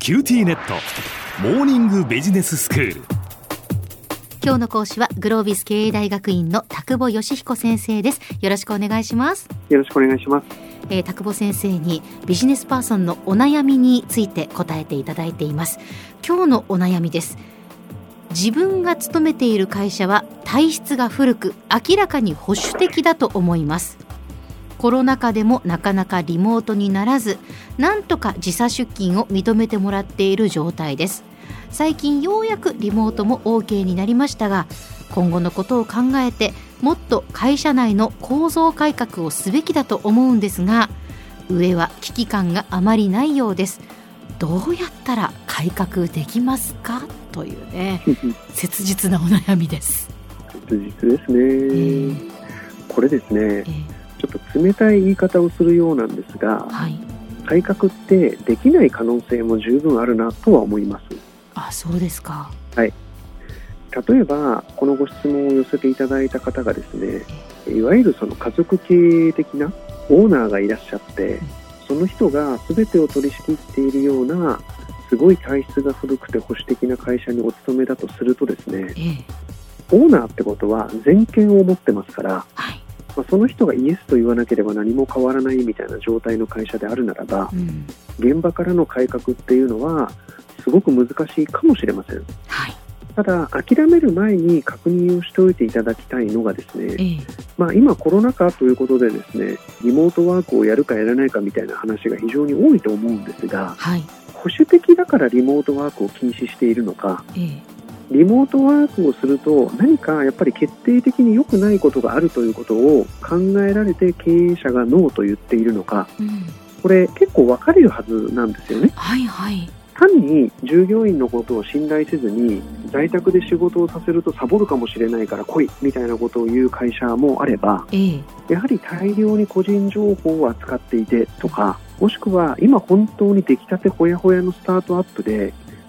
キューティーネットモーニングビジネススクール。 今日の講師はグロービス経営大学院の田久保義彦先生です。よろしくお願いします。 よろしくお願いします。 田久保先生にビジネスパーソンのお悩みについて答えていただいています。今日のお悩みです。自分が勤めている会社は体質が古く明らかに保守的だと思います。コロナ禍でもなかなかリモートにならず、なんとか時差出勤を認めてもらっている状態です。最近ようやくリモートも OK になりましたが、今後のことを考えてもっと会社内の構造改革をすべきだと思うんですが、上は危機感があまりないようです。どうやったら改革できますかというね切実なお悩みです。 切実ですね、これですね、ちょっと冷たい言い方をするようなんですが、改革ってできない可能性も十分あるなとは思います。 あ、そうですか。 はい。例えばこのご質問を寄せていただいた方がですね、いわゆるその家族経営的なオーナーがいらっしゃって、その人が全てを取り仕切っているようなすごい体質が古くて保守的な会社にお勤めだとするとですね、オーナーってことは全権を持ってますから、その人がイエスと言わなければ何も変わらないみたいな状態の会社であるならば、現場からの改革っていうのはすごく難しいかもしれません。ただ諦める前に確認をしておいていただきたいのがですね、今コロナ禍ということでですね、リモートワークをやるかやらないかみたいな話が非常に多いと思うんですが、保守的だからリモートワークを禁止しているのか、リモートワークをすると何かやっぱり決定的に良くないことがあるということを考えられて経営者がノーと言っているのか、これ結構分かれるはずなんですよね。単に従業員のことを信頼せずに在宅で仕事をさせるとサボるかもしれないから来いみたいなことを言う会社もあれば、やはり大量に個人情報を扱っていてとか、もしくは今本当に出来たてほやほやのスタートアップで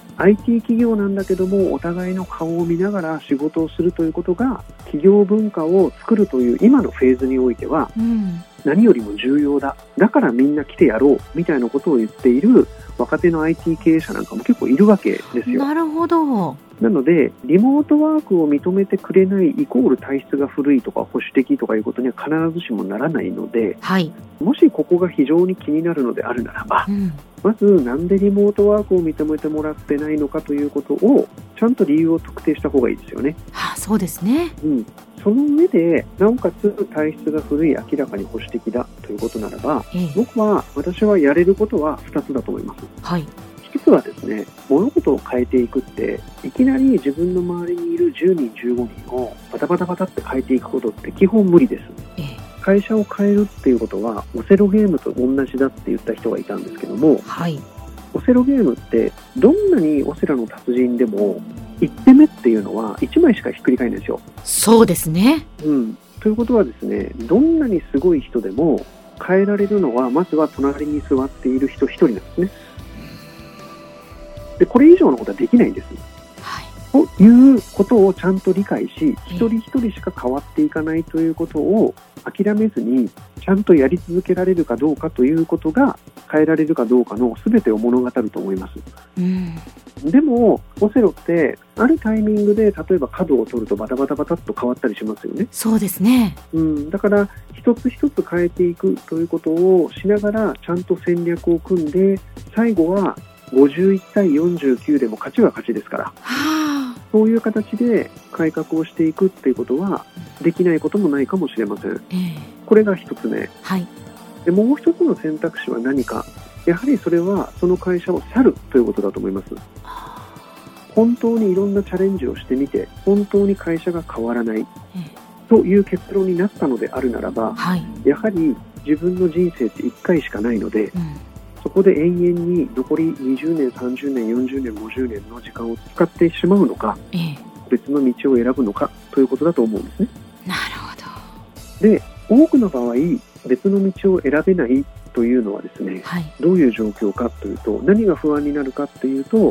IT 企業なんだけどもお互いの顔を見ながら仕事をするということが企業文化を作るという今のフェーズにおいては何よりも重要だ、だからみんな来てやろうみたいなことを言っている若手の IT 経営者なんかも結構いるわけですよ。 なるほど。 なのでリモートワークを認めてくれないイコール体質が古いとか保守的とかいうことには必ずしもならないので、もしここが非常に気になるのであるならば、まずなんでリモートワークを認めてもらってないのかということをちゃんと理由を特定した方がいいですよね。 そうですね。 その上でなおかつ体質が古い明らかに保守的だということならば、私はやれることは2つだと思います。一つはですね、物事を変えていくっていきなり自分の周りにいる10人15人をバタバタバタって変えていくことって基本無理です。会社を変えるっていうことはオセロゲームと同じだって言った人がいたんですけども、オセロゲームってどんなにオセロの達人でも1手目っていうのは1枚しかひっくり返るんですよ。 そうですね。 ということはですね、どんなにすごい人でも変えられるのはまずは隣に座っている人一人なんですね。でこれ以上のことはできないんです、ということをちゃんと理解し、一人一人しか変わっていかないということを諦めずにちゃんとやり続けられるかどうかということが変えられるかどうかの全てを物語ると思います。でもオセロってあるタイミングで例えば角を取るとバタバタバタっと変わったりしますよね。 そうですね。 だから一つ一つ変えていくということをしながらちゃんと戦略を組んで、最後は51対49でも勝ちは勝ちですから、そういう形で改革をしていくっていうことはできないこともないかもしれません。これが一つ目、でもう一つの選択肢は何か、やはりそれはその会社を去るということだと思います。本当にいろんなチャレンジをしてみて本当に会社が変わらないという結論になったのであるならば、やはり自分の人生って1回しかないので、そこで延々に残り20年30年40年50年の時間を使ってしまうのか、別の道を選ぶのかということだと思うんですね。 なるほど。で多くの場合別の道を選べないというのはですね、どういう状況かというと、何が不安になるかというと、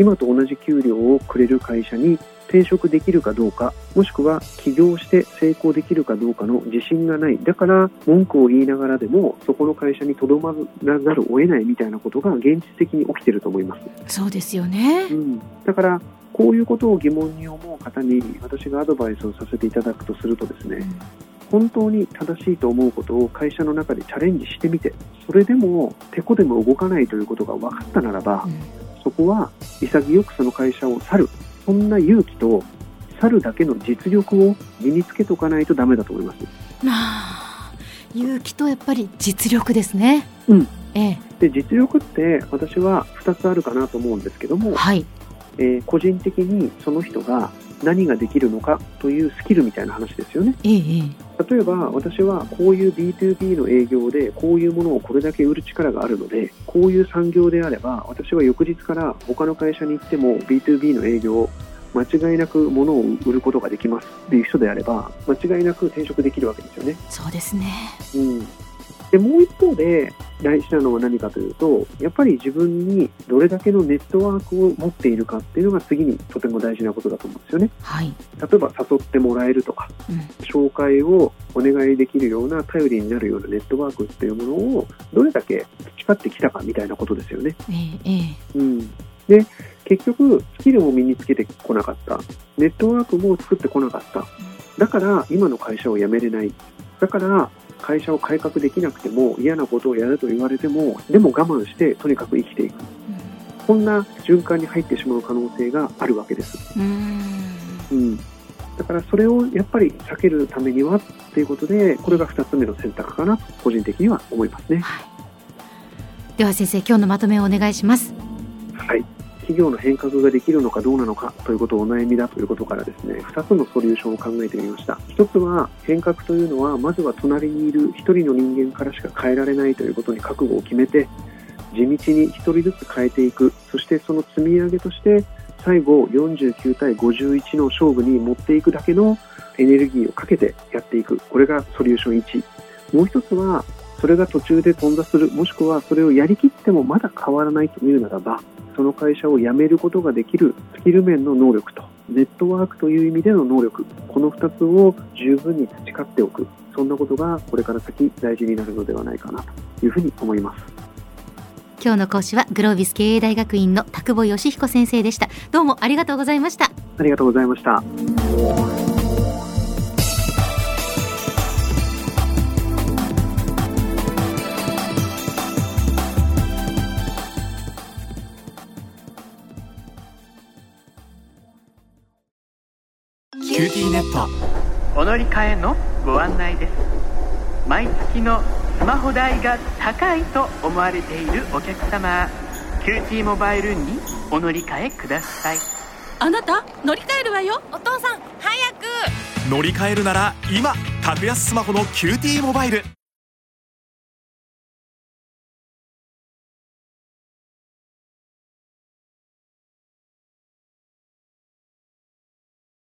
今と同じ給料をくれる会社に転職できるかどうか、もしくは起業して成功できるかどうかの自信がない。だから文句を言いながらでもそこの会社にとどまらざるを得ないみたいなことが現実的に起きていると思います。 そうですよね、 だからこういうことを疑問に思う方に私がアドバイスをさせていただくとするとですね、本当に正しいと思うことを会社の中でチャレンジしてみて、それでもてこでも動かないということが分かったならば、そこは潔くその会社を去る、そんな勇気と去るだけの実力を身につけとかないとダメだと思います。 勇気とやっぱり実力ですね。 で実力って私は2つあるかなと思うんですけども、個人的にその人が何ができるのかというスキルみたいな話ですよね。例えば私はこういう B2B の営業でこういうものをこれだけ売る力があるので、こういう産業であれば私は翌日から他の会社に行っても B2B の営業間違いなく物を売ることができますっていう人であれば間違いなく転職できるわけですよね。 そうですね。 でもう一方で大事なのは何かというと、やっぱり自分にどれだけのネットワークを持っているかっていうのが次にとても大事なことだと思うんですよね。例えば誘ってもらえるとか、紹介をお願いできるような頼りになるようなネットワークっていうものをどれだけ培ってきたかみたいなことですよね。で結局スキルも身につけてこなかった、ネットワークも作ってこなかった、だから今の会社を辞めれない、だから会社を改革できなくても嫌なことをやると言われてもでも我慢してとにかく生きていく、こんな循環に入ってしまう可能性があるわけです。だからそれをやっぱり避けるためにはということで、これが2つ目の選択かなと個人的には思いますね。 では先生、今日のまとめをお願いします。 企業の変革ができるのかどうなのかということをお悩みだということからですね、2つのソリューションを考えてみました。1つは変革というのはまずは隣にいる1人の人間からしか変えられないということに覚悟を決めて地道に1人ずつ変えていく、そしてその積み上げとして最後49対51の勝負に持っていくだけのエネルギーをかけてやっていく、これがソリューション1。もう1つはそれが途中で頓挫する、もしくはそれをやりきってもまだ変わらないというならば、その会社を辞めることができるスキル面の能力とネットワークという意味での能力、この2つを十分に培っておく、そんなことがこれから先大事になるのではないかなというふうに思います。 今日の講師はグロービス経営大学院の田久保義彦先生でした。どうもありがとうございました。 ありがとうございました。 キューティーネットお乗り換えのご案内です。毎月のスマホ代が高いと思われているお客様、キューティーモバイルにお乗り換えください。 あなた乗り換えるわよ。 お父さん早く。 乗り換えるなら今、格安スマホのキューティーモバイル。